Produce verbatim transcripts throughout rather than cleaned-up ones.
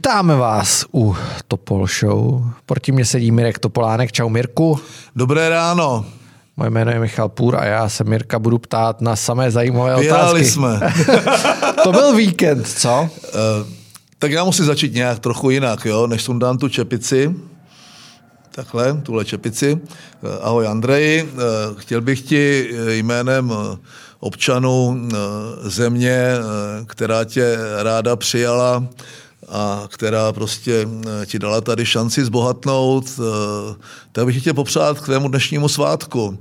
Vítáme vás u Topol Show. Proti mně sedí Mirek Topolánek. Čau Mirku. Dobré ráno. Moje jméno je Michal Půr a já se Mirka budu ptát na samé zajímavé Vyhráli otázky. jsme. To byl víkend, co? Uh, tak já musím začít nějak trochu jinak, jo, než sundám tu čepici. Takhle, tuhle čepici. Uh, ahoj Andreji. Uh, chtěl bych ti jménem občanů země, která tě ráda přijala a která prostě ti dala tady šanci zbohatnout, tak bych chtěl popřát k tvému dnešnímu svátku.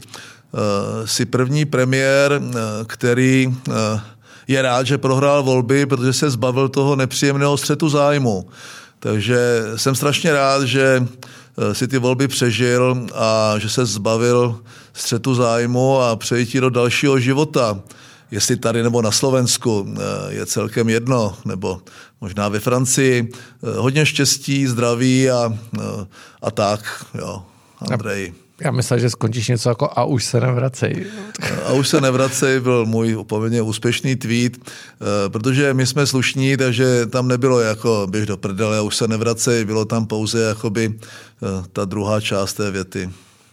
Jsi první premiér, který je rád, že prohrál volby, protože se zbavil toho nepříjemného střetu zájmu. Takže jsem strašně rád, že si ty volby přežil a že se zbavil střetu zájmu a přeji ti do dalšího života. Jestli tady nebo na Slovensku, je celkem jedno, nebo možná ve Francii. Hodně štěstí, zdraví a, a tak, jo, Andrej. Já myslel, že skončíš něco jako a už se nevracej. A už se nevracej byl můj poměrně úspěšný tweet, protože my jsme slušní, takže tam nebylo jako běž do prdele a už se nevracej, bylo tam pouze jakoby ta druhá část té věty.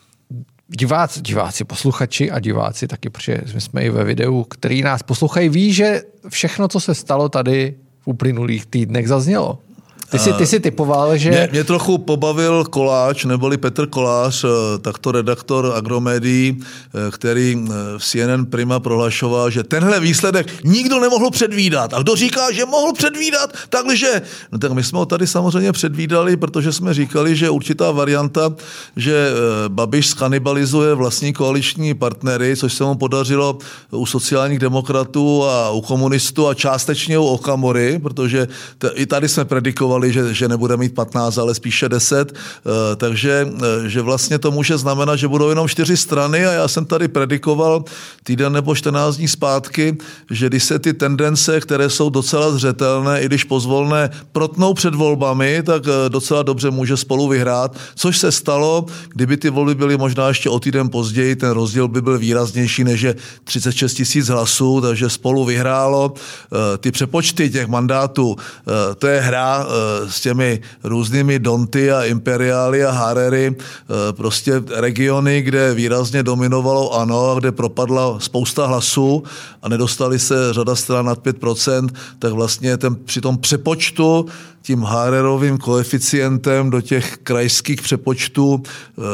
Diváci, diváci, posluchači a diváci taky, protože my jsme i ve videu, který nás poslouchají, ví, že všechno, co se stalo tady v uplynulých týdnech, zaznělo. Ty jsi, ty jsi typoval, že... Mě, mě trochu pobavil Koláč, neboli Petr Kolář, takto redaktor Agromédií, který v C N N Prima prohlašoval, že tenhle výsledek nikdo nemohl předvídat. A kdo říká, že mohl předvídat, takže... No tak my jsme ho tady samozřejmě předvídali, protože jsme říkali, že určitá varianta, že Babiš skanibalizuje vlastní koaliční partnery, což se mu podařilo u sociálních demokratů a u komunistů a částečně u Okamury, protože t- i tady jsme predikovali, Že, že nebude mít patnáct, ale spíše deset, takže že vlastně to může znamenat, že budou jenom čtyři strany a já jsem tady predikoval týden nebo čtrnáct dní zpátky, že když se ty tendence, které jsou docela zřetelné, i když pozvolné, protnou před volbami, tak docela dobře může Spolu vyhrát, což se stalo, kdyby ty volby byly možná ještě o týden později, ten rozdíl by byl výraznější než je třicet šest tisíc hlasů, takže Spolu vyhrálo. Ty přepočty těch mandátů, to je hra s těmi různými donty a imperiály a hárery, prostě regiony, kde výrazně dominovalo ANO a kde propadla spousta hlasů a nedostali se řada stran nad pět procent, tak vlastně ten, při tom přepočtu tím Harerovým koeficientem do těch krajských přepočtů,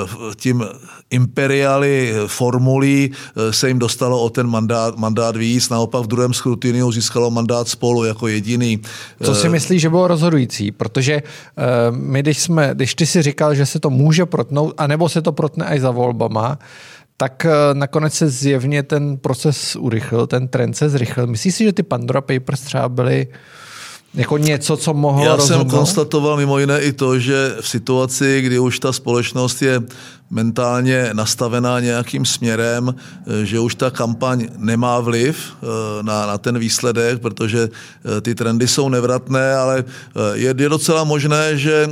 tím imperiály formulí se jim dostalo o ten mandát, mandát víc, naopak v druhém skrutiniu získalo mandát Spolu jako jediný. Co si myslíš, že bylo rozhodující? Protože uh, my, když, jsme, když ty si říkal, že se to může protnout, anebo se to protne až za volbama, tak uh, nakonec se zjevně ten proces urychlil, ten trend se zrychlil. Myslíš si, že ty Pandora Papers třeba byly jako něco, co mohlo Já rozhodnout? jsem konstatoval mimo jiné i to, že v situaci, kdy už ta společnost je mentálně nastavená nějakým směrem, že už ta kampaň nemá vliv na, na ten výsledek, protože ty trendy jsou nevratné, ale je, je docela možné, že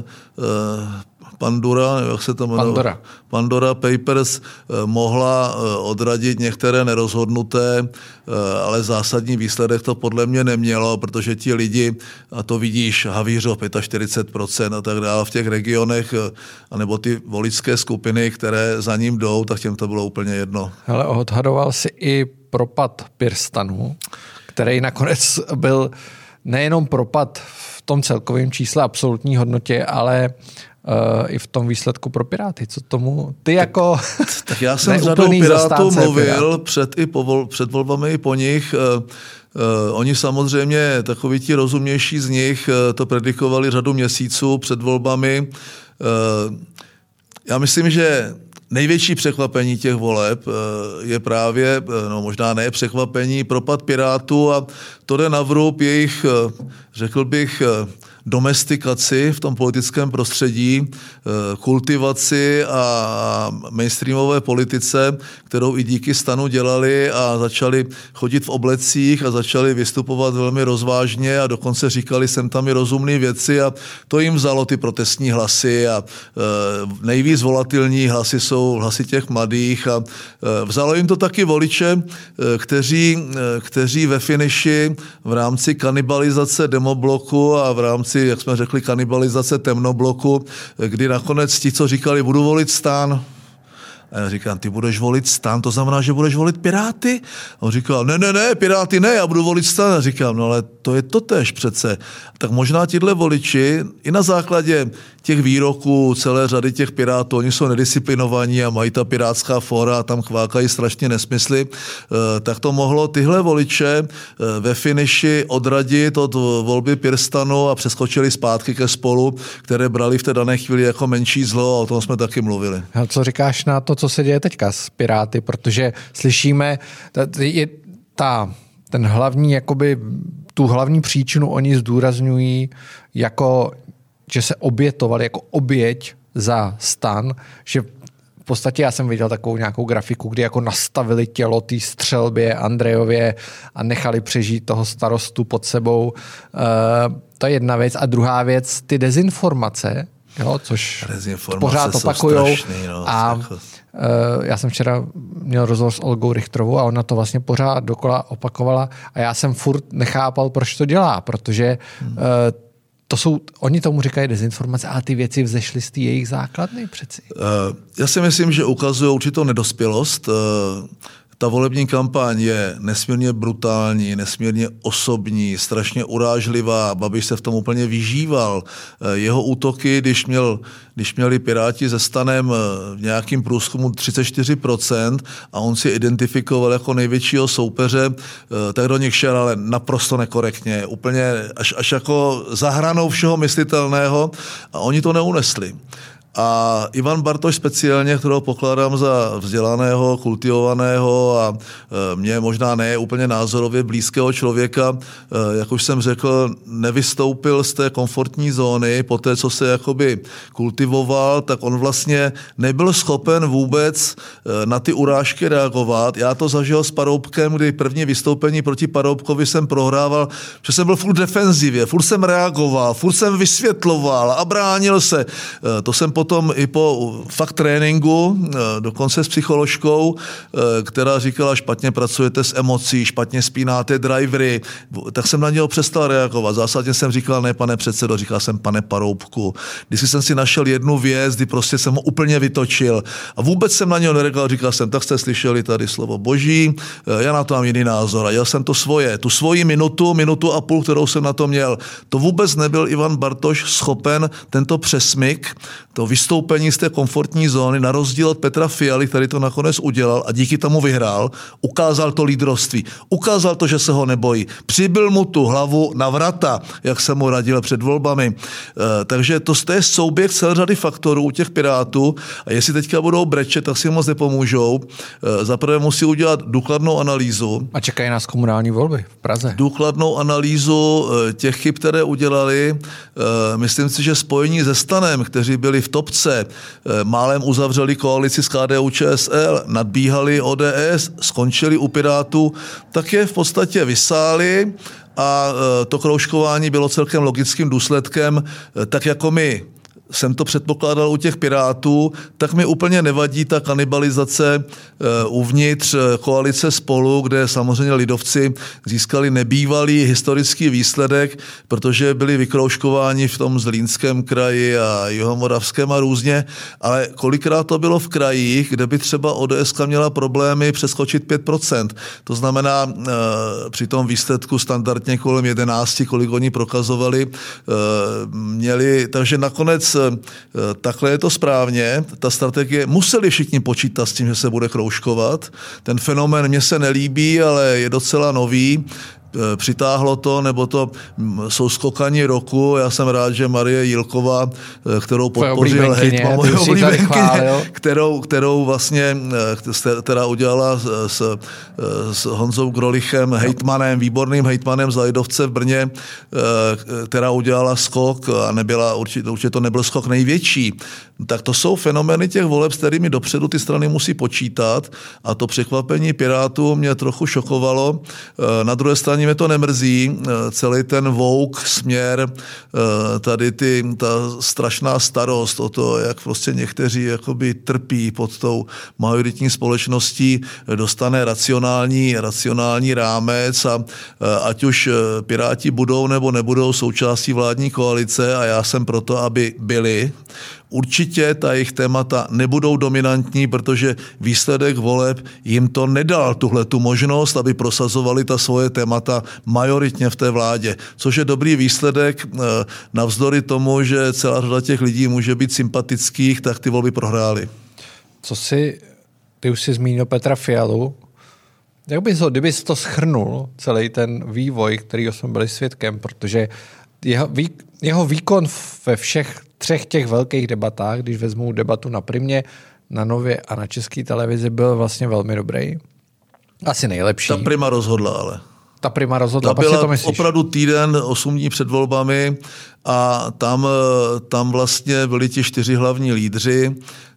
Pandora, jak se to jmenuje? Pandora. Pandora Papers mohla odradit některé nerozhodnuté, ale zásadní výsledek to podle mě nemělo, protože ti lidi, a to vidíš, Havířov čtyřicet pět procent a tak dále v těch regionech, anebo ty voličské skupiny, které za ním jdou, tak těm to bylo úplně jedno. Hele, odhadoval si i propad Pirstanu, který nakonec byl nejenom propad v tom celkovém čísle absolutní hodnotě, ale Uh, i v tom výsledku pro Piráty. Co tomu? Ty jako Tak, tak já jsem s řadou Pirátů mluvil Pirát. před, i po vol, před volbami i po nich. Uh, uh, oni samozřejmě, takoví ti rozumnější z nich, uh, to predikovali řadu měsíců před volbami. Uh, já myslím, že největší překvapení těch voleb je právě, no možná ne překvapení, propad Pirátů a to jde na vrub jejich, řekl bych, domestikaci v tom politickém prostředí, kultivaci a mainstreamové politice, kterou i díky Stanu dělali a začali chodit v oblecích a začali vystupovat velmi rozvážně a dokonce říkali sem tam i rozumné věci a to jim vzalo ty protestní hlasy a nejvíc volatilní hlasy jsou hlasy těch mladých a vzalo jim to taky voliče, kteří, kteří ve finiši v rámci kanibalizace demobloku a v rámci rámci, jak jsme řekli, kanibalizace temnobloku, kdy nakonec ti, co říkali, budu volit STAN, a já říkám, ty budeš volit STAN, to znamená, že budeš volit Piráty? A on říkal, ne, ne, ne, Piráty ne, já budu volit STAN. A říkám, no ale to je totéž přece. Tak možná tihle voliči i na základě těch výroků celé řady těch Pirátů, oni jsou nedisciplinovaní a mají ta pirátská fóra a tam kvákají strašně nesmysly, tak to mohlo tyhle voliče ve finiši odradit od volby Pirstanu a přeskočili zpátky ke Spolu, které brali v té dané chvíli jako menší zlo a o tom jsme taky mluvili. A co říkáš na to, co se děje teďka s Piráty, protože slyšíme, je ta, ten hlavní, jakoby, tu hlavní příčinu oni zdůrazňují jako, že se obětovali jako oběť za STAN, že v podstatě já jsem viděl takovou nějakou grafiku, kdy jako nastavili tělo té střelbě Andrejově a nechali přežít toho starostu pod sebou. Uh, to je jedna věc. A druhá věc, ty dezinformace, jo, což pořád opakujou. No, a uh, já jsem včera měl rozhovor s Olgou Richtrovou a ona to vlastně pořád dokola opakovala a já jsem furt nechápal, proč to dělá, protože hmm. uh, to jsou, oni tomu říkají dezinformace, ale ty věci vzešly z té jejich základny přeci. Uh, já si myslím, že ukazují určitou nedospělost. Uh, Ta volební kampaň je nesmírně brutální, nesmírně osobní, strašně urážlivá. Babiš se v tom úplně vyžíval. Jeho útoky, když, měl, když měli Piráti se STANem v nějakým průzkumu třicet čtyři procent a on si identifikoval jako největšího soupeře, tak do nich šel, ale naprosto nekorektně. Úplně až, až jako za hranou všeho myslitelného a oni to neunesli. A Ivan Bartoš speciálně, kterého pokládám za vzdělaného, kultivovaného a mě možná ne úplně názorově blízkého člověka, jak už jsem řekl, nevystoupil z té komfortní zóny, po té, co se jakoby kultivoval, tak on vlastně nebyl schopen vůbec na ty urážky reagovat. Já to zažil s Paroubkem, kdy první vystoupení proti Paroubkovi jsem prohrával, že jsem byl furt defenzivě, furt jsem reagoval, furt jsem vysvětloval a bránil se. To jsem potom i po fakt tréninku, dokonce s psycholožkou, která říkala, špatně pracujete s emocí, špatně spínáte drivery, tak jsem na něho přestal reagovat. Zásadně jsem říkal, ne pane předsedo, říkal jsem pane Paroubku. Když jsem si našel jednu věc, kdy prostě jsem ho úplně vytočil a vůbec jsem na něho nereagoval, říkal jsem, tak jste slyšeli tady slovo boží, já na to mám jiný názor a jel jsem to svoje, tu svoji minutu, minutu a půl, kterou jsem na to měl. To vůbec nebyl Ivan Bartoš schopen tento přesmyk, to vystoupení z té komfortní zóny, na rozdíl od Petra Fialy, který to nakonec udělal a díky tomu vyhrál, ukázal to lídrovství, ukázal to, že se ho nebojí, přibyl mu tu hlavu na vrata, jak jsem mu radil před volbami. E, takže to je souběh celé řady faktorů u těch Pirátů a jestli teďka budou brečet, tak si moc nepomůžou. E, zaprvé musí udělat důkladnou analýzu. A čekají nás komunální volby v Praze. Důkladnou analýzu e, těch chyb, které udělali. E, myslím si, že spojení se STANem, kteří byli v topce, málem uzavřeli koalici s K D U Č S L, nadbíhali O D S, skončili u Pirátů, tak je v podstatě vysáli a to kroužkování bylo celkem logickým důsledkem, tak jako my jsem to předpokládal u těch Pirátů, tak mi úplně nevadí ta kanibalizace uvnitř koalice Spolu, kde samozřejmě lidovci získali nebývalý historický výsledek, protože byli vykroužkováni v tom Zlínském kraji a Jihomoravském a různě, ale kolikrát to bylo v krajích, kde by třeba O D S měla problémy přeskočit pět procent. To znamená, při tom výsledku standardně kolem jedenáct, kolik oni prokazovali, měli, takže nakonec takhle je to správně. Ta strategie, museli všichni počítat s tím, že se bude kroužkovat. Ten fenomén mně se nelíbí, ale je docela nový. Přitáhlo to, nebo to jsou skokani roku. Já jsem rád, že Marie Jilková, kterou podpořil hejtman, moje oblíbenkyně, kterou, kterou vlastně, která udělala s, s Honzou Grolichem, hejtmanem, výborným hejtmanem za lidovce v Brně, která udělala skok a nebyla, určitě, určitě to nebyl skok největší. Tak to jsou fenomény těch voleb, s kterými dopředu ty strany musí počítat a to překvapení Pirátů mě trochu šokovalo. Na druhé straně ani mě to nemrzí, celý ten woke směr, tady ty, ta strašná starost o to, jak prostě někteří jakoby trpí pod tou majoritní společností, dostane racionální, racionální rámec a ať už Piráti budou nebo nebudou součástí vládní koalice a já jsem proto, aby byli. Určitě ta jejich témata nebudou dominantní, protože výsledek voleb jim to nedal tuhletu možnost, aby prosazovali ta svoje témata majoritně v té vládě. Což je dobrý výsledek navzdory tomu, že celá řada těch lidí může být sympatických, tak ty volby prohráli. Co si, ty už si zmínil Petra Fialu, jak bys ho, kdybys to shrnul, celý ten vývoj, kterýho jsme byli svědkem, protože jeho, vý, jeho výkon ve všech třech těch velkých debatách, když vezmu debatu na Primě, na Nově a na České televizi, byl vlastně velmi dobrý. Asi nejlepší. Ta Prima rozhodla, ale. Ta Prima rozhodla, ta byla to myslíš? Opravdu týden, osm dní před volbami a tam, tam vlastně byli ti čtyři hlavní lídři.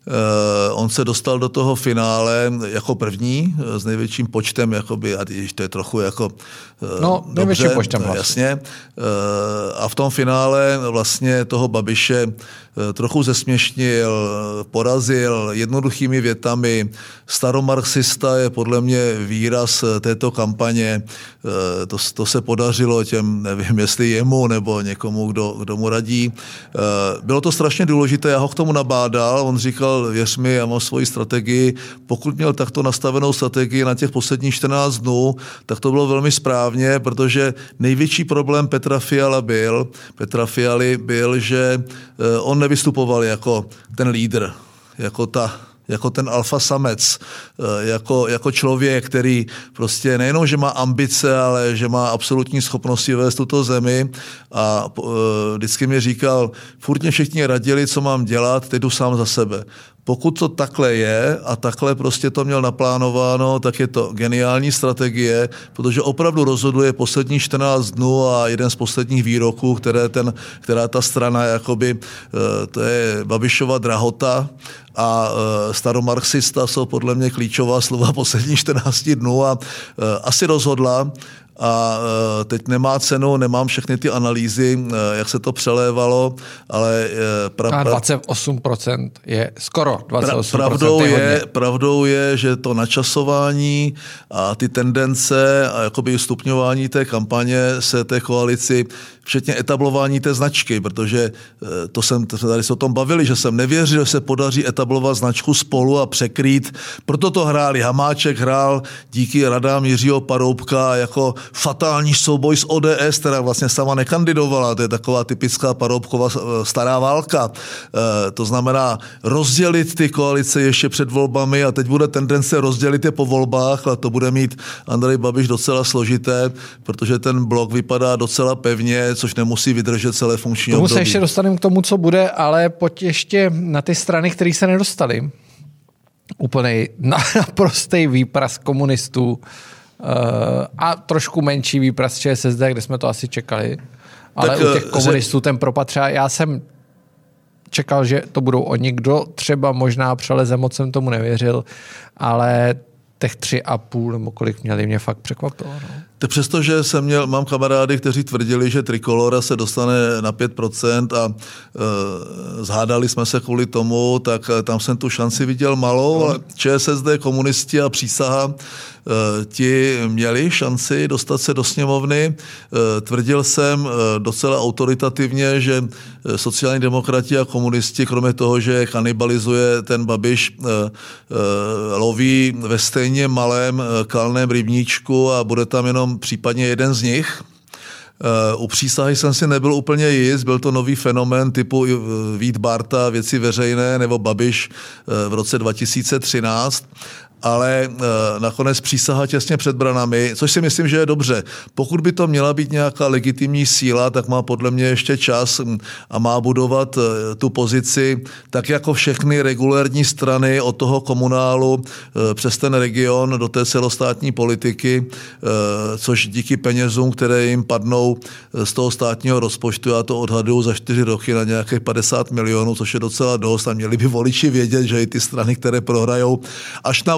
Uh, on se dostal do toho finále jako první, s největším počtem, jakoby, a když to je trochu jako uh, no, dobře, počtem no, jasně. Uh, a v tom finále vlastně toho Babiše uh, trochu zesměšnil, porazil jednoduchými větami. Staromarxista je podle mě výraz této kampaně. Uh, to, to se podařilo těm, nevím, jestli jemu nebo někomu, kdo, kdo mu radí. Uh, bylo to strašně důležité, já ho k tomu nabádal, on říkal, věř mi, já mám svoji strategii. Pokud měl takto nastavenou strategii na těch posledních čtrnáct dnů, tak to bylo velmi správně, protože největší problém Petra Fiala byl, Petra Fialy byl, že on nevystupoval jako ten lídr, jako ta jako ten alfa samec, jako, jako člověk, který prostě nejenom, že má ambice, ale že má absolutní schopnosti vést tuto zemi a vždycky mi říkal, furt mě všichni radili, co mám dělat, teď jdu sám za sebe. Pokud to takhle je a takhle prostě to měl naplánováno, tak je to geniální strategie, protože opravdu rozhoduje poslední čtrnáct dnů a jeden z posledních výroků, které ten, která ta strana, jakoby, to je Babišova drahota a staromarxista jsou podle mě klíčová slova posledních čtrnáct dnů a asi rozhodla. A teď nemá cenu, nemám všechny ty analýzy, jak se to přelévalo, ale... Pra, pra, a dvacet osm procent je skoro dvacet osm procent. Pravdou je, pravdou je, že to načasování a ty tendence a jakoby stupňování té kampaně se té koalici, včetně etablování té značky, protože to jsem, tady se o tom bavili, že jsem nevěřil, že se podaří etablovat značku Spolu a překrýt. Proto to hráli. Hamáček hrál díky radám Jiřího Paroubka jako fatální souboj s O D S, která vlastně sama nekandidovala. To je taková typická Paroubkova stará válka. E, to znamená rozdělit ty koalice ještě před volbami a teď bude tendence rozdělit je po volbách a to bude mít Andrej Babiš docela složité, protože ten blok vypadá docela pevně, což nemusí vydržet celé funkční období. Tomu se ještě dostaneme k tomu, co bude, ale pojď ještě na ty strany, které se nedostaly. Úplnej naprostej výpras komunistů uh, a trošku menší výpras ČSSD, kde jsme to asi čekali. Ale tak, u těch komunistů že... ten propad třeba, já jsem čekal, že to budou oni, kdo třeba možná přeleze, moc jsem tomu nevěřil, ale těch tři a půl nebo kolik měli, mě fakt překvapilo. No. To přestože jsem měl, mám kamarády, kteří tvrdili, že Trikolora se dostane na pět procent a e, zhádali jsme se kvůli tomu, tak tam jsem tu šanci viděl malou, ale ČSSD, komunisti a Přísaha, e, ti měli šanci dostat se do sněmovny. E, tvrdil jsem e, docela autoritativně, že sociální demokrati a komunisti, kromě toho, že kanibalizuje ten Babiš, e, e, loví ve stejně malém e, kalném rybníčku a bude tam jenom případně jeden z nich. Uh, u Přísahy jsem si nebyl úplně jist, byl to nový fenomén typu Vít Bárta, Věci veřejné, nebo Babiš uh, v roce dva tisíce třináct. Ale e, nakonec Přísaha těsně před branami, což si myslím, že je dobře. Pokud by to měla být nějaká legitimní síla, tak má podle mě ještě čas a má budovat e, tu pozici tak jako všechny regulérní strany od toho komunálu e, přes ten region do té celostátní politiky, e, což díky penězům, které jim padnou z toho státního rozpočtu, já to odhaduju za čtyři roky na nějakých padesát milionů, což je docela dost a měli by voliči vědět, že i ty strany, které prohrajou až na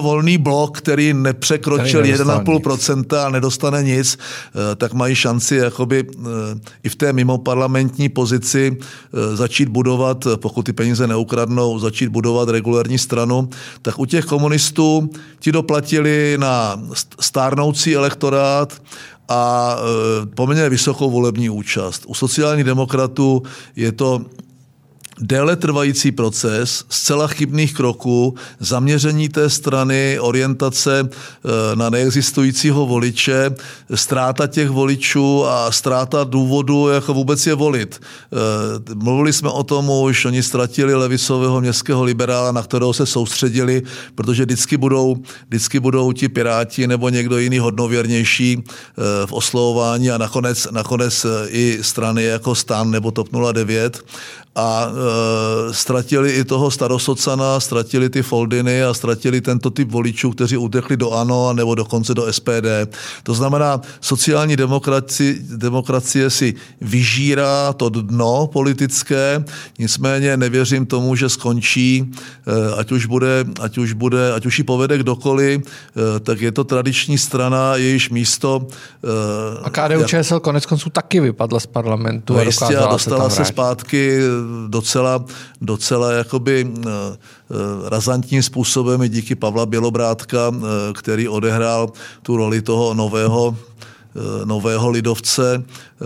volný blok, který nepřekročil jedna celá pět procenta a nedostane nic, tak mají šanci jakoby i v té mimoparlamentní pozici začít budovat, pokud ty peníze neukradnou, začít budovat regulární stranu. Tak u těch komunistů ti doplatili na stárnoucí elektorát a poměrně vysokou volební účast. U sociálních demokratů je to déle trvající proces, zcela chybných kroků, zaměření té strany, orientace na neexistujícího voliče, ztráta těch voličů a ztráta důvodu, jako vůbec je volit. Mluvili jsme o tom už, oni ztratili levicového městského liberála, na kterého se soustředili, protože vždycky budou, vždycky budou ti Piráti nebo někdo jiný hodnověrnější v oslovování a nakonec, nakonec i strany jako STAN nebo TOP nula devět. A e, ztratili i toho starosocana, ztratili ty Foldiny a ztratili tento typ voličů, kteří utekli do ANO nebo dokonce do S P D. To znamená, sociální demokracie, demokracie si vyžírá to dno politické, nicméně nevěřím tomu, že skončí, e, ať už bude, ať už bude, ať už ji povede kdokoliv, e, tak je to tradiční strana, jejíž místo... E, a K D U Č S L konec konců taky vypadla z parlamentu a dokázala a dostala se, se zpátky docela, docela jakoby razantním způsobem i díky Pavla Bělobrádka, který odehrál tu roli toho nového, nového lidovce.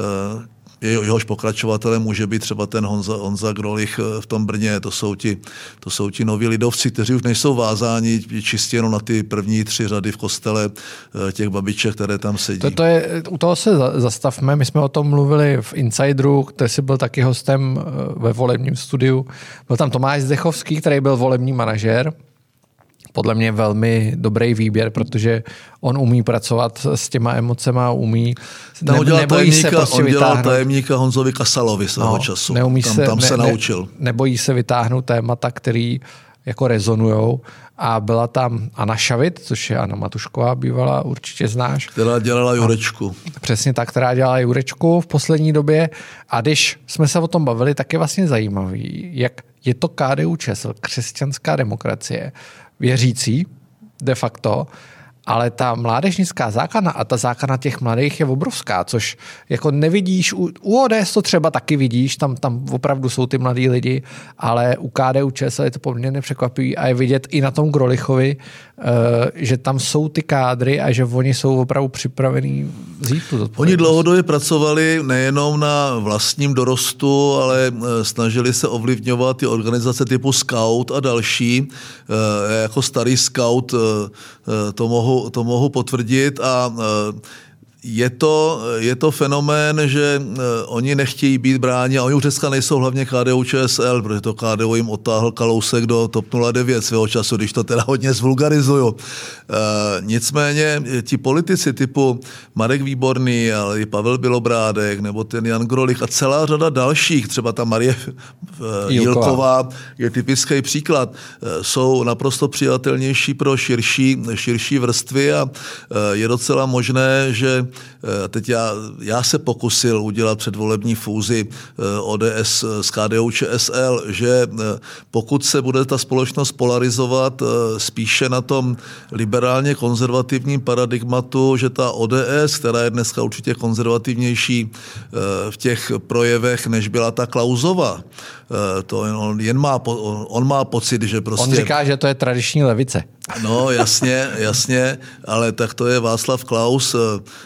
Jehož pokračovatelem může být třeba ten Honza, Honza Grolich v tom Brně. To jsou ti, to jsou ti noví lidovci, kteří už nejsou vázáni čistě jenom na ty první tři řady v kostele těch babiček, které tam sedí. To, to je, u toho se zastavme. My jsme o tom mluvili v Insideru, který si byl taky hostem ve volebním studiu. Byl tam Tomáš Zdechovský, který byl volební manažér. Podle mě velmi dobrý výběr, protože on umí pracovat s těma emocema, umí, ne, nebojí se prostě on vytáhnout. On dělal tajemníka Honzovi Kasalovi svého no, času. Tam, se, tam se ne, naučil. Ne, nebojí se vytáhnout témata, který jako rezonujou. A byla tam Anna Šavit, což je Anna Matušková bývalá, určitě znáš. Která dělala Jurečku. A přesně tak, která dělala Jurečku v poslední době. A když jsme se o tom bavili, tak je vlastně zajímavý, jak je to K D U Č S L, křesťanská demokracie, věřící de facto, ale ta mládežnická základna a ta základna těch mladých je obrovská, což jako nevidíš, u, u O D S to třeba taky vidíš, tam, tam opravdu jsou ty mladí lidi, ale u K D U Č S L je to poměrně překvapivý a je vidět i na tom Grolichovi, uh, že tam jsou ty kádry a že oni jsou opravdu připravení vzít tu zodpovědnost. Oni dlouhodobě pracovali nejenom na vlastním dorostu, ale snažili se ovlivňovat ty organizace typu Scout a další. Uh, jako starý Scout uh, to mohu to mohu potvrdit a je to, je to fenomén, že oni nechtějí být bráni a oni už dneska nejsou hlavně K D U Č S L, protože to K D U jim otáhl Kalousek do TOP nula devět svého času, když to teda hodně zvulgarizuju. E, nicméně ti politici typu Marek Výborný, ale i Pavel Bělobrádek, nebo ten Jan Grolich a celá řada dalších, třeba ta Marie Jílková je typický příklad, jsou naprosto přijatelnější pro širší, širší vrstvy a je docela možné, že teď já, já se pokusil udělat předvolební fúzi O D S s K D U Č S L, že pokud se bude ta společnost polarizovat spíše na tom liberálně konzervativním paradigmatu, že ta O D S, která je dneska určitě konzervativnější v těch projevech, než byla ta Klausova, to on, jen má, on má pocit, že prostě... On říká, že to je tradiční levice. No, jasně, jasně, ale tak to je Václav Klaus.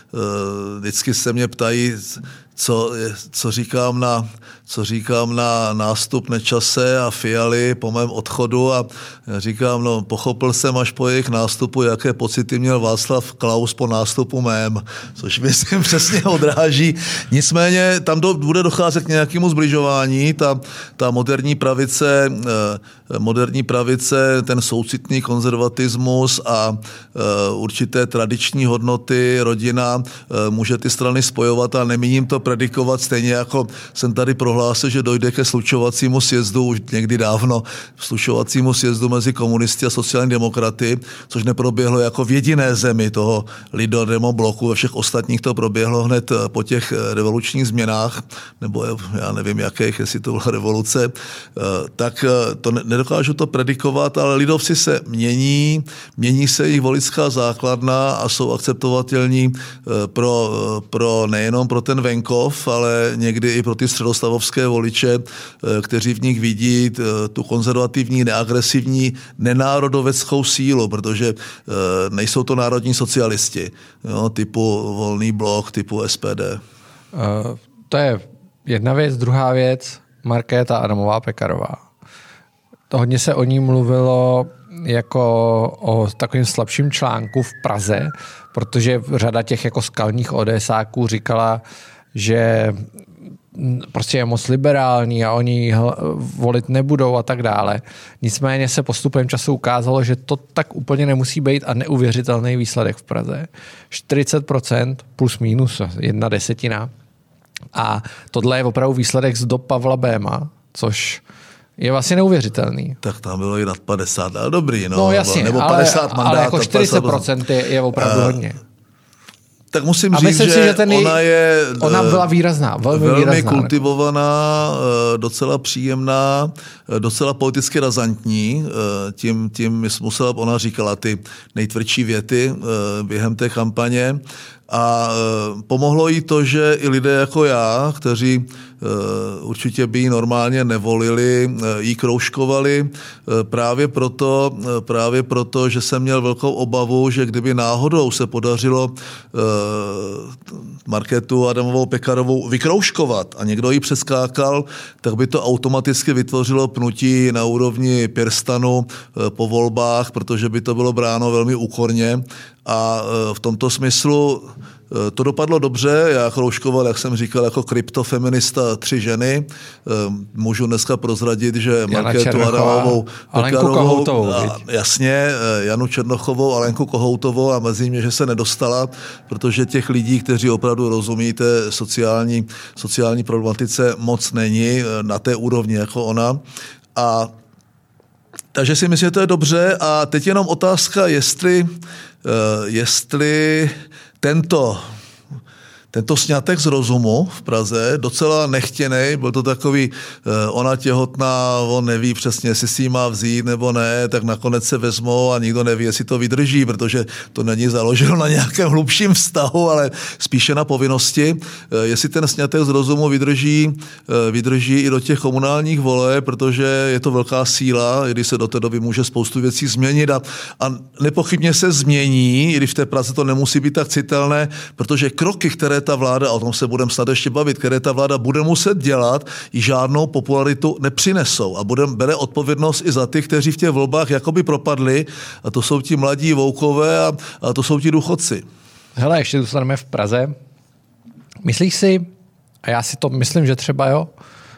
Vždycky se mě ptají, co, co říkám na, co říkám na nástup Nečase a Fialy po mém odchodu a říkám, no pochopil jsem až po jejich nástupu, jaké pocity měl Václav Klaus po nástupu mém, což myslím přesně odráží. Nicméně tam do, bude docházet k nějakému zbližování, ta, ta moderní pravice, moderní pravice, ten soucitný konzervatismus a určité tradiční hodnoty, rodina může ty strany spojovat a nemíním to predikovat, stejně jako jsem tady prohlásil, že dojde ke slučovacímu sjezdu už někdy dávno, slučovacímu sjezdu mezi komunisty a sociální demokraty, což neproběhlo jako v jediné zemi toho lidodemo bloku, ve všech ostatních to proběhlo hned po těch revolučních změnách, nebo já nevím jakých, jestli to byla revoluce, tak to nedokážu to predikovat, ale lidovci se mění, mění se jejich voličská základna a jsou akceptovatelní pro, pro nejenom pro ten venkov, ale někdy i pro ty středostavovské voliče, kteří v nich vidí tu konzervativní, neagresivní, nenárodoveckou sílu, protože nejsou to národní socialisti, jo, typu Volný blok, typu S P D. Uh, to je jedna věc. Druhá věc, Markéta Adamová Pekarová. To hodně se o ní mluvilo jako o takovým slabším článku v Praze, protože řada těch jako skalních ODSáků říkala, že prostě je moc liberální a oni volit nebudou a tak dále. Nicméně se postupem času ukázalo, že to tak úplně nemusí být a neuvěřitelný výsledek v Praze. čtyřicet procent plus minus jedna desetina. A tohle je opravdu výsledek z dob Pavla Béma, což je vlastně neuvěřitelný. Tak tam bylo i nad padesát, ale dobrý. No, no jasně, nebo ale, padesát mandátů. Ale jako čtyřicet procent je, je opravdu uh, hodně. Tak musím a říct, že, si, že ten ona je ona byla výrazná, velmi, velmi výrazná, kultivovaná, docela příjemná, docela politicky razantní. Tím, tím musela, ona říkala ty nejtvrdší věty během té kampaně. A pomohlo jí to, že i lidé jako já, kteří určitě by ji normálně nevolili, jí kroužkovali právě proto, právě proto, že jsem měl velkou obavu, že kdyby náhodou se podařilo Markétu Adamovou Pekarovou vykroužkovat a někdo ji přeskákal, tak by to automaticky vytvořilo pnutí na úrovni Pirstanu po volbách, protože by to bylo bráno velmi úkorně. A v tomto smyslu to dopadlo dobře, já kroužkoval, jak jsem říkal, jako kryptofeminista tři ženy. Můžu dneska prozradit, že Markétu Adamovou Pekarovou, jasně, Janu Černochovou, Alenku Kohoutovou a mrzí mě, že se nedostala, protože těch lidí, kteří opravdu rozumí té sociální, sociální problematice, moc není na té úrovni jako ona. A takže si myslím, že to je dobře a teď jenom otázka, jestli, jestli tento, tento sňatek z rozumu v Praze, docela nechtěnej, byl to takový, ona těhotná, on neví přesně, jestli si ji má vzít nebo ne, tak nakonec se vezmou a nikdo neví, jestli to vydrží, protože to není založeno na nějakém hlubším vztahu, ale spíše na povinnosti. Jestli ten sňatek z rozumu vydrží, vydrží i do těch komunálních voleb, protože je to velká síla, i když se do té doby může spoustu věcí změnit a, a nepochybně se změní, i když v té Praze to nemusí být tak citelné, protože kroky, které ta vláda, o tom se budeme snad ještě bavit, které ta vláda bude muset dělat, i žádnou popularitu nepřinesou a bude, bere odpovědnost i za ty, kteří v těch volbách jakoby propadli a to jsou ti mladí voukové a, a to jsou ti důchodci. Hele, ještě zůstaneme v Praze. Myslíš si, a já si to myslím, že třeba jo,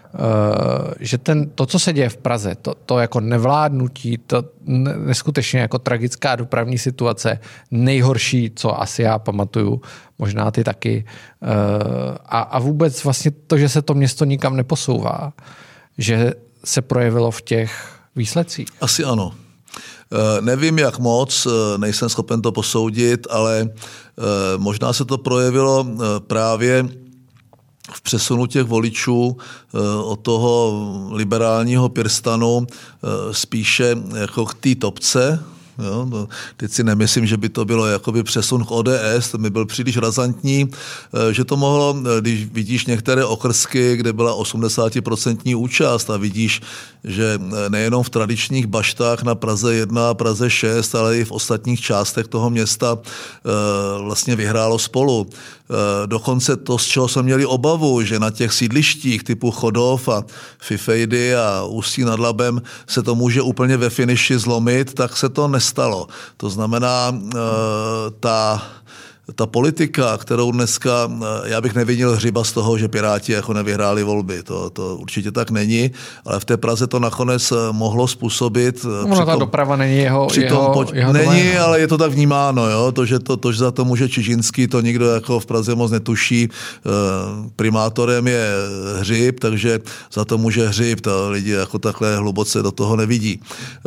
že ten, to, co se děje v Praze, to, to jako nevládnutí, to neskutečně jako tragická dopravní situace, nejhorší, co asi já pamatuju, možná ty taky, a, a vůbec vlastně to, že se to město nikam neposouvá, že se projevilo v těch výsledcích. Asi ano. Nevím, jak moc, nejsem schopen to posoudit, ale možná se to projevilo právě v přesunu těch voličů od toho liberálního Pirstanu spíše jako k té topce. Jo, teď si nemyslím, že by to bylo jakoby přesun k O D S, to by byl příliš razantní, že to mohlo, když vidíš některé okrsky, kde byla osmdesátprocentní účast a vidíš, že nejenom v tradičních baštách na Praze jedna a Praze šest, ale i v ostatních částech toho města vlastně vyhrálo Spolu. Dokonce to, z čeho jsme měli obavu, že na těch sídlištích typu Chodov a Fifejdy a Ústí nad Labem se to může úplně ve finiši zlomit, tak se to nestalo. To znamená, ta ta politika, kterou dneska, já bych nevinil Hřiba z toho, že Piráti jako nevyhráli volby, to, to určitě tak není, ale v té Praze to nakonec mohlo způsobit. No, ta doprava není jeho, jeho, poč- jeho Není, doména. ale je to tak vnímáno, jo? To, že to, to, že za to může Čižinský, to nikdo jako v Praze moc netuší. Primátorem je Hřib, takže za to může Hřib, to lidi jako takhle hluboce do toho nevidí.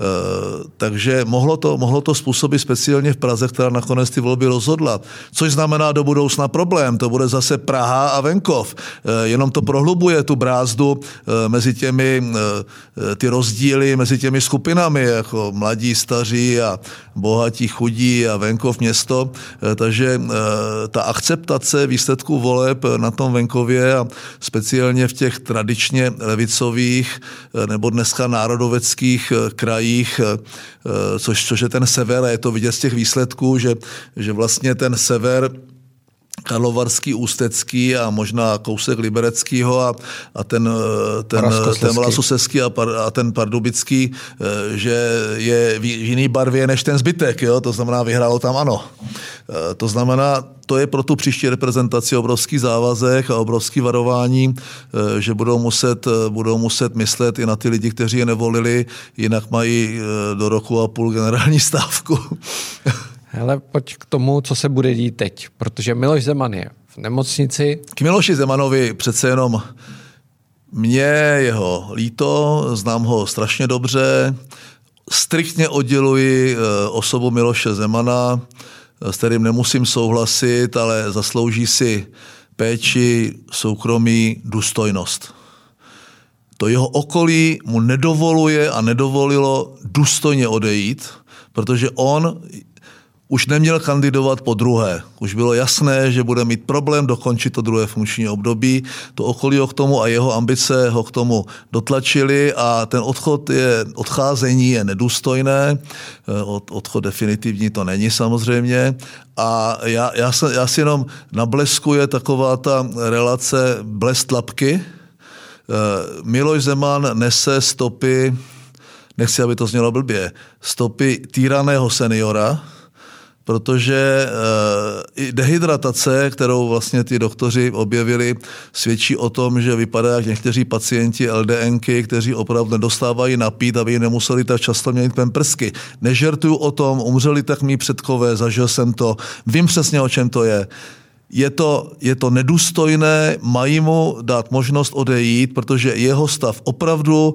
Takže mohlo to, mohlo to způsobit speciálně v Praze, která nakonec ty volby rozhodla. Což znamená do budoucna problém. To bude zase Praha a venkov. Jenom to prohlubuje tu brázdu mezi těmi, ty rozdíly mezi těmi skupinami, jako mladí, staří a bohatí, chudí a venkov, město. Takže ta akceptace výsledků voleb na tom venkově a speciálně v těch tradičně levicových nebo dneska národoveckých krajích, což, což je ten sever, a je to vidět z těch výsledků, že, že vlastně ten sever Karlovarský, Ústecký a možná kousek Libereckýho a, a ten, ten, ten Moravskoslezský a, a ten Pardubický, že je v jiný barvě než ten zbytek, jo? To znamená, vyhrálo tam ANO. To znamená, to je pro tu příští reprezentaci obrovský závazek a obrovský varování, že budou muset, budou muset myslet i na ty lidi, kteří je nevolili, jinak mají do roku a půl generální stávku. Hele, pojď k tomu, co se bude dít teď, protože Miloš Zeman je v nemocnici. K Miloši Zemanovi přece jenom mě jeho líto, znám ho strašně dobře, striktně odděluji osobu Miloše Zemana, s kterým nemusím souhlasit, ale zaslouží si péči, soukromí, důstojnost. To jeho okolí mu nedovoluje a nedovolilo důstojně odejít, protože on už neměl kandidovat po druhé. Už bylo jasné, že bude mít problém dokončit to druhé funkční období. To okolí ho k tomu a jeho ambice ho k tomu dotlačili a ten odchod je, odcházení je nedůstojné. Od, odchod definitivní to není samozřejmě. A já, já, se, já si jenom nableskuje taková ta relace blesk tlapky. Miloš Zeman nese stopy, nechci, aby to znělo blbě, stopy týraného seniora, protože i dehydratace, kterou vlastně ty doktoři objevili, svědčí o tom, že vypadá jak někteří pacienti LDNky, kteří opravdu nedostávají napít, aby nemuseli tak často měnit pamprsky. Nežertuju o tom, umřeli tak mý předkové, zažil jsem to, vím přesně, o čem to je. Je to, je to nedůstojné, mají mu dát možnost odejít, protože jeho stav opravdu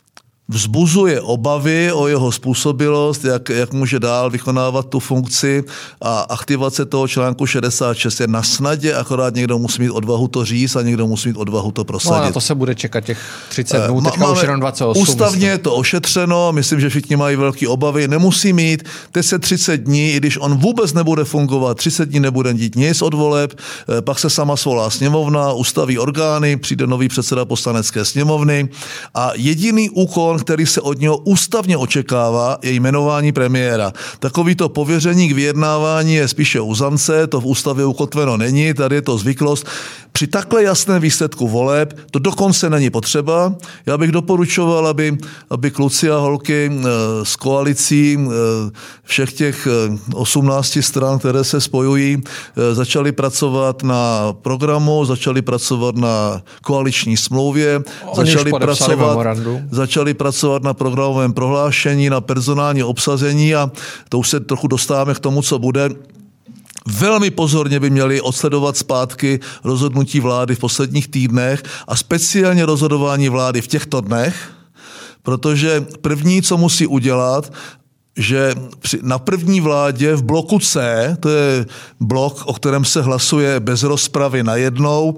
vzbuzuje obavy o jeho způsobilost, jak, jak může dál vykonávat tu funkci a aktivace toho článku šedesát šest je na snadě, akorát někdo musí mít odvahu to říct a někdo musí mít odvahu to prosadit. No a na to se bude čekat těch třicet dnů, teďka Máme už jenom dvacet osm. Ústavně je to ošetřeno, myslím, že všichni mají velké obavy, nemusí mít, teď se třicet dní, i když on vůbec nebude fungovat, třicet dní nebude dít nic od voleb, pak se sama svolá sněmovna, ustaví orgány, přijde nový předseda poslanecké sněmovny a jediný úkol, který se od něho ústavně očekává, je jmenování premiéra. Takovýto pověření k vyjednávání je spíše uzance, to v ústavě ukotveno není, tady je to zvyklost. Při takhle jasném výsledku voleb to dokonce není potřeba. Já bych doporučoval, aby, aby kluci a holky z koalicí všech těch osmnácti stran, které se spojují, začali pracovat na programu, začali pracovat na koaliční smlouvě, začali pracovat, začali pracovat na programovém prohlášení, na personální obsazení a to už se trochu dostáváme k tomu, co bude. Velmi pozorně by měli odsledovat zpátky rozhodnutí vlády v posledních týdnech a speciálně rozhodování vlády v těchto dnech, protože první, co musí udělat, že na první vládě v bloku C, to je blok, o kterém se hlasuje bez rozpravy najednou,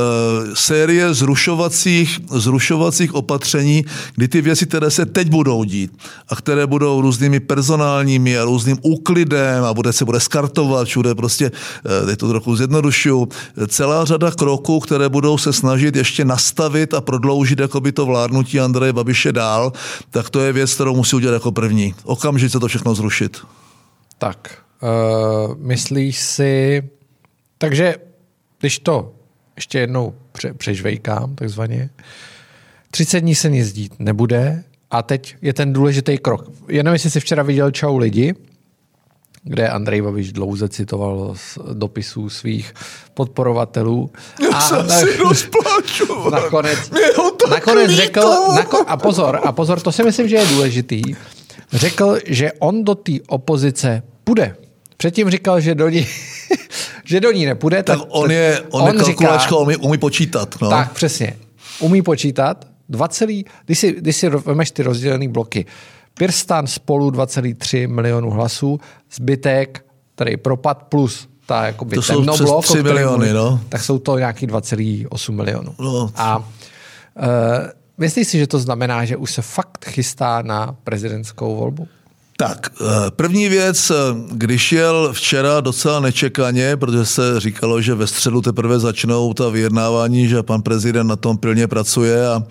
série zrušovacích, zrušovacích opatření, kdy ty věci, které se teď budou dít a které budou různými personálními a různým úklidem a bude se bude skartovat všude, prostě, teď to trochu zjednodušuju, celá řada kroků, které budou se snažit ještě nastavit a prodloužit jakoby to vládnutí Andreje Babiše dál, tak to je věc, kterou musí udělat jako první. Okamžitě to všechno zrušit. Tak, uh, myslíš si, takže když to ještě jednou pře- přežvejkám, takzvaně, třicet dní se nic dít nebude a teď je ten důležitý krok. Jenom jestli jsi včera viděl Čau lidi, kde Andrej Babiš dlouze citoval z dopisů svých podporovatelů. Já jsem si rozpláču. Nakonec, nakonec řekl, nako, a pozor, a pozor, to si myslím, že je důležitý, řekl, že on do té opozice půjde. Předtím říkal, že do ní, že do ní nepůjde. Tak, tak on je, on on je kalkulačka, umí, umí počítat. No. Tak, přesně. Umí počítat. dva celý, když si, když si vemeš ty rozdělené bloky, PirSTAN Spolu dva celá tři milionu hlasů, zbytek, tady propad plus ta jakoby temnoblok, tři miliony, no. Tak jsou to nějaký dva celá osm milionů. No. A uh, myslíš si, že to znamená, že už se fakt chystá na prezidentskou volbu? Tak, první věc, když jel včera docela nečekaně, protože se říkalo, že ve středu teprve začnou ta vyjednávání, že pan prezident na tom pilně pracuje a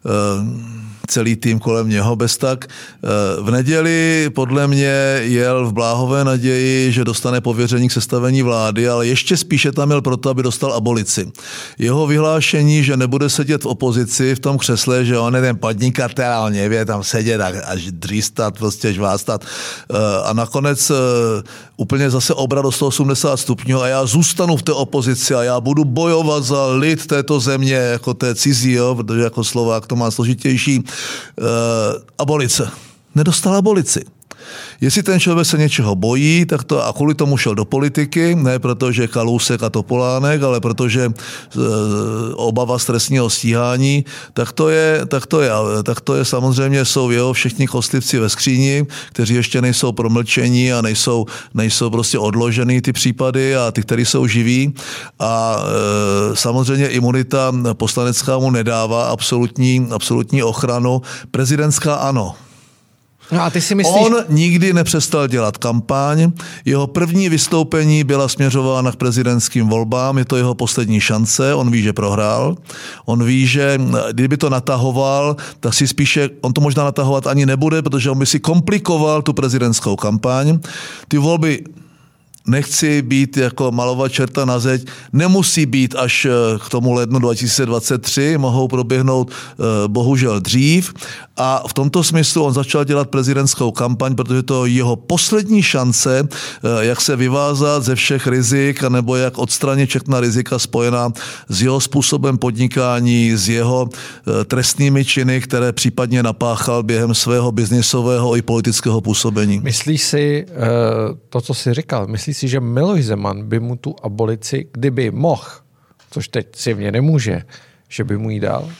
celý tým kolem něho bez tak. V neděli podle mě jel v bláhové naději, že dostane pověření k sestavení vlády, ale ještě spíše tam jel proto, aby dostal abolici. Jeho vyhlášení, že nebude sedět v opozici v tom křesle, že on je ten podnikatel, on nevě tam sedět až dřístat, prostě žvástat. A nakonec úplně zase obrat do sto osmdesát stupňů a já zůstanu v té opozici a já budu bojovat za lid této země, jako té cizí, jo, protože jako Slovák to má složitější. Uh, abolice. Nedostal abolici. Jestli ten člověk se něčeho bojí, tak to a kvůli tomu šel do politiky, ne protože Kalousek a Topolánek, ale protože e, obava z trestního stíhání, tak to je, tak to je, tak to je samozřejmě, jsou jeho všichni kostlivci ve skříni, kteří ještě nejsou promlčení a nejsou, nejsou prostě odložený ty případy a ty, kteří jsou živí. A e, samozřejmě imunita poslanecká mu nedává absolutní, absolutní ochranu. Prezidentská ano. No a ty si myslíš... On nikdy nepřestal dělat kampaň, jeho první vystoupení byla směřována k prezidentským volbám, je to jeho poslední šance, on ví, že prohrál, on ví, že kdyby to natahoval, tak si spíše, on to možná natahovat ani nebude, protože on by si komplikoval tu prezidentskou kampaň. Ty volby, nechci být jako malovat čerta na zeď, nemusí být až k tomu lednu dva tisíce dvacet tři, mohou proběhnout bohužel dřív a v tomto smyslu on začal dělat prezidentskou kampaň, protože to je jeho poslední šance, jak se vyvázat ze všech rizik, nebo jak odstranit všechna rizika spojená s jeho způsobem podnikání, s jeho trestnými činy, které případně napáchal během svého biznisového i politického působení. Myslíš si to, co jsi říkal, myslíš si, že Miloš Zeman by mu tu abolici, kdyby mohl, což teď zjevně nemůže, že by mu ji dal?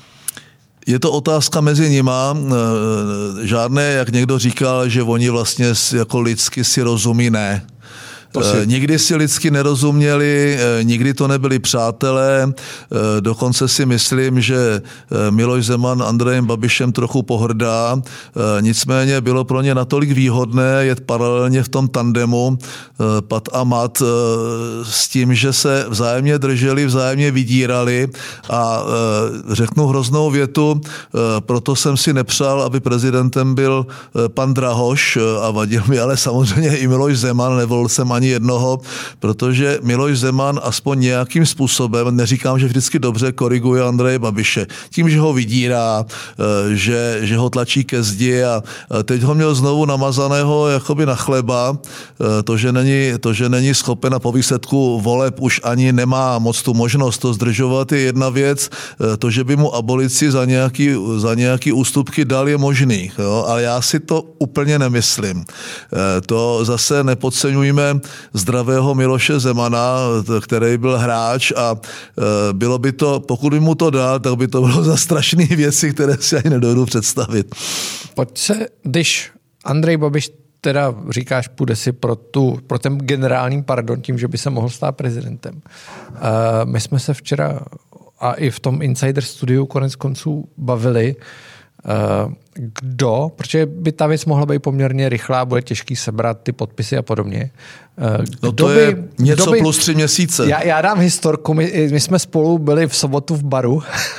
Je to otázka mezi nima. Žádné, jak někdo říkal, že oni vlastně jako lidsky si rozumí, ne. Si... Nikdy si lidsky nerozuměli, nikdy to nebyli přátelé, dokonce si myslím, že Miloš Zeman Andrejem Babišem trochu pohrdá, nicméně bylo pro ně natolik výhodné jet paralelně v tom tandemu pat a mat s tím, že se vzájemně drželi, vzájemně vydírali a řeknu hroznou větu, proto jsem si nepřál, aby prezidentem byl pan Drahoš a vadil mi ale samozřejmě i Miloš Zeman, nevolil jsem ani jednoho, protože Miloš Zeman aspoň nějakým způsobem, neříkám, že vždycky dobře, koriguje Andreje Babiše. Tím, že ho vydírá, že, že ho tlačí ke zdi a teď ho měl znovu namazaného jakoby na chleba. To, že není, to, že není schopen a po výsledku voleb už ani nemá moc tu možnost to zdržovat, je jedna věc. To, že by mu abolici za nějaký, za nějaký ústupky dal, je možný. Jo? Ale já si to úplně nemyslím. To zase nepodceňujme zdravého Miloše Zemana, který byl hráč a bylo by to, pokud by mu to dal, tak by to bylo za strašné věci, které si ani nedovedu představit. Pojď se, když Andrej Babiš teda říkáš, půjde si pro, tu, pro ten generální pardon tím, že by se mohl stát prezidentem. Uh, my jsme se včera a i v tom Insider studiu konec konců bavili, uh, kdo, protože by ta věc mohla být poměrně rychlá, bude těžký sebrat ty podpisy a podobně. No to by, je něco by, plus tři měsíce. Já, já dám historku, my, my jsme spolu byli v sobotu v baru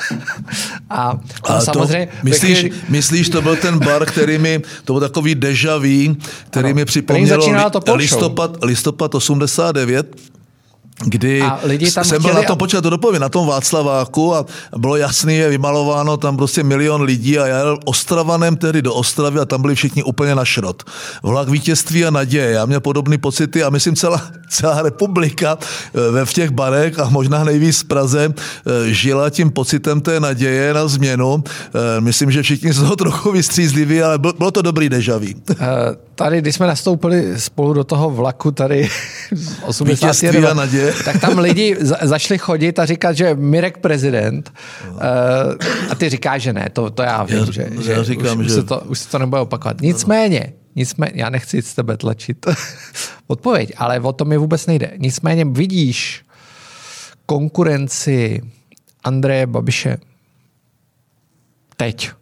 a, a samozřejmě... Myslíš, chvíli... myslíš, to byl ten bar, který mi, to byl takový deja vu, který ano, mi připomnělo li, listopad, listopad osmdesát devět. kdy lidi tam jsem byl chtěli, na tom, počkat, to dopovím, na tom Václaváku a bylo jasný, je vymalováno tam prostě milion lidí a já jel Ostravanem tehdy do Ostravy a tam byli všichni úplně na šrot. Vlak vítězství a naděje. Já měl podobné pocity a myslím celá, celá republika ve v těch barech a možná nejvíc v Praze žila tím pocitem té naděje na změnu. Myslím, že všichni z toho trochu vystřízliví, ale bylo to dobrý dejaví. Tady, když jsme nastoupili spolu do toho vlaku tady osmdesátých vítězství a naděje, tak tam lidi za, zašli chodit a říkat, že Mirek prezident. Uh, a ty říkáš, že ne, to, to já vím, já, že, já že, říkám, už, že... Už, se to, už se to nebude opakovat. Nicméně, nicméně, já nechci z tebe tlačit odpověď, ale o to mi vůbec nejde. Nicméně vidíš konkurenci Andreje Babiše teď.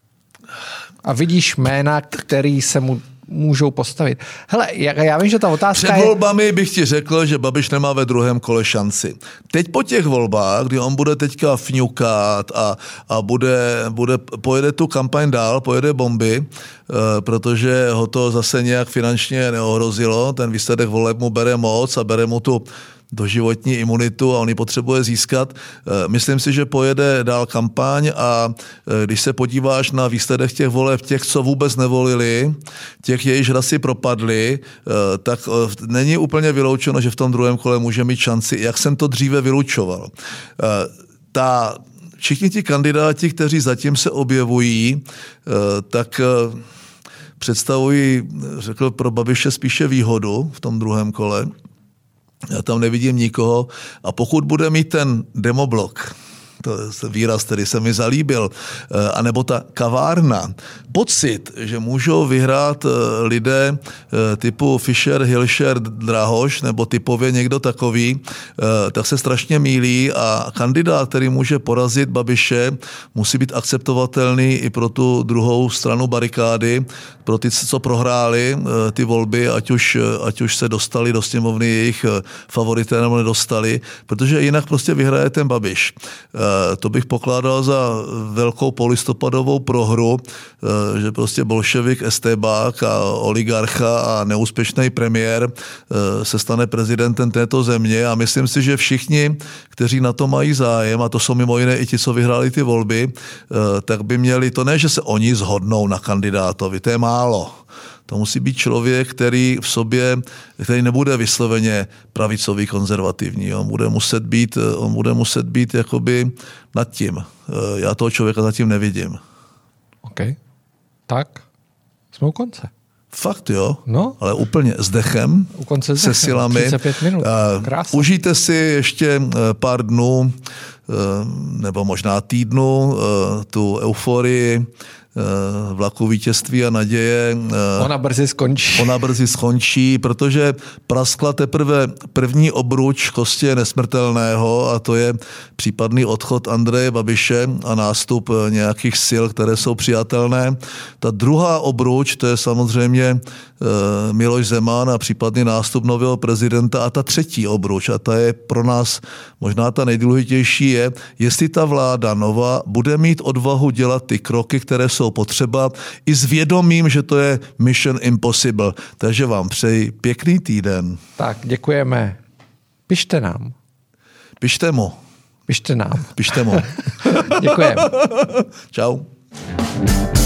A vidíš jména, který se mu můžou postavit. Hele, já, já vím, že ta otázka Před je... volbami bych ti řekl, že Babiš nemá ve druhém kole šanci. Teď po těch volbách, kdy on bude teďka fňukat a, a bude, bude, pojede tu kampaň dál, pojede bomby, uh, protože ho to zase nějak finančně neohrozilo, ten výsledek voleb mu bere moc a bere mu tu doživotní imunitu a on ji potřebuje získat. Myslím si, že pojede dál kampaň a když se podíváš na výsledek těch voleb, těch, co vůbec nevolili, těch, jejichž rasy propadly, tak není úplně vyloučeno, že v tom druhém kole může mít šanci, jak jsem to dříve vylučoval. Ta, všichni ti kandidáti, kteří zatím se objevují, tak představují, řekl pro Babiše, spíše výhodu v tom druhém kole. Já tam nevidím nikoho a pokud bude mít ten demoblok, to je výraz, který se mi zalíbil, anebo ta kavárna, pocit, že můžou vyhrát lidé typu Fischer, Hilšer, Drahoš nebo typově někdo takový, tak se strašně mýlí a kandidát, který může porazit Babiše, musí být akceptovatelný i pro tu druhou stranu barikády, pro ty, co prohráli ty volby, ať už, ať už se dostali do sněmovny jejich favorité nebo nedostali, protože jinak prostě vyhraje ten Babiš. To bych pokládal za velkou polistopadovou prohru, že prostě bolševik, estébák a oligarcha a neúspěšný premiér se stane prezidentem této země a myslím si, že všichni, kteří na to mají zájem, a to jsou mimo jiné i ti, co vyhráli ty volby, tak by měli, to ne, že se oni shodnou na kandidátovi, to je málo. To musí být člověk, který v sobě, který nebude vysloveně pravicový, konzervativní. On bude muset být, on bude muset být jakoby nad tím. Já toho člověka zatím nevidím. OK. Tak, jsme u konce. Fakt jo, no. Ale úplně s dechem, u konce s se dechem. silami. třicet pět minut. Krásně. Užijte si ještě pár dnů, nebo možná týdnu, tu euforii, vlaku vítězství a naděje. Ona brzy skončí. Ona brzy skončí, protože praskla teprve první obruč koště nesmrtelného a to je případný odchod Andreje Babiše a nástup nějakých sil, které jsou přijatelné. Ta druhá obruč, to je samozřejmě Miloš Zeman a případný nástup nového prezidenta a ta třetí obruč a ta je pro nás možná ta nejdůležitější je, jestli ta vláda nová bude mít odvahu dělat ty kroky, které jsou potřeba i s vědomím, že to je mission impossible. Takže vám přeji pěkný týden. Tak, děkujeme. Pište nám. Pište mu. Pište nám. Pište mu. Děkujeme. Čau.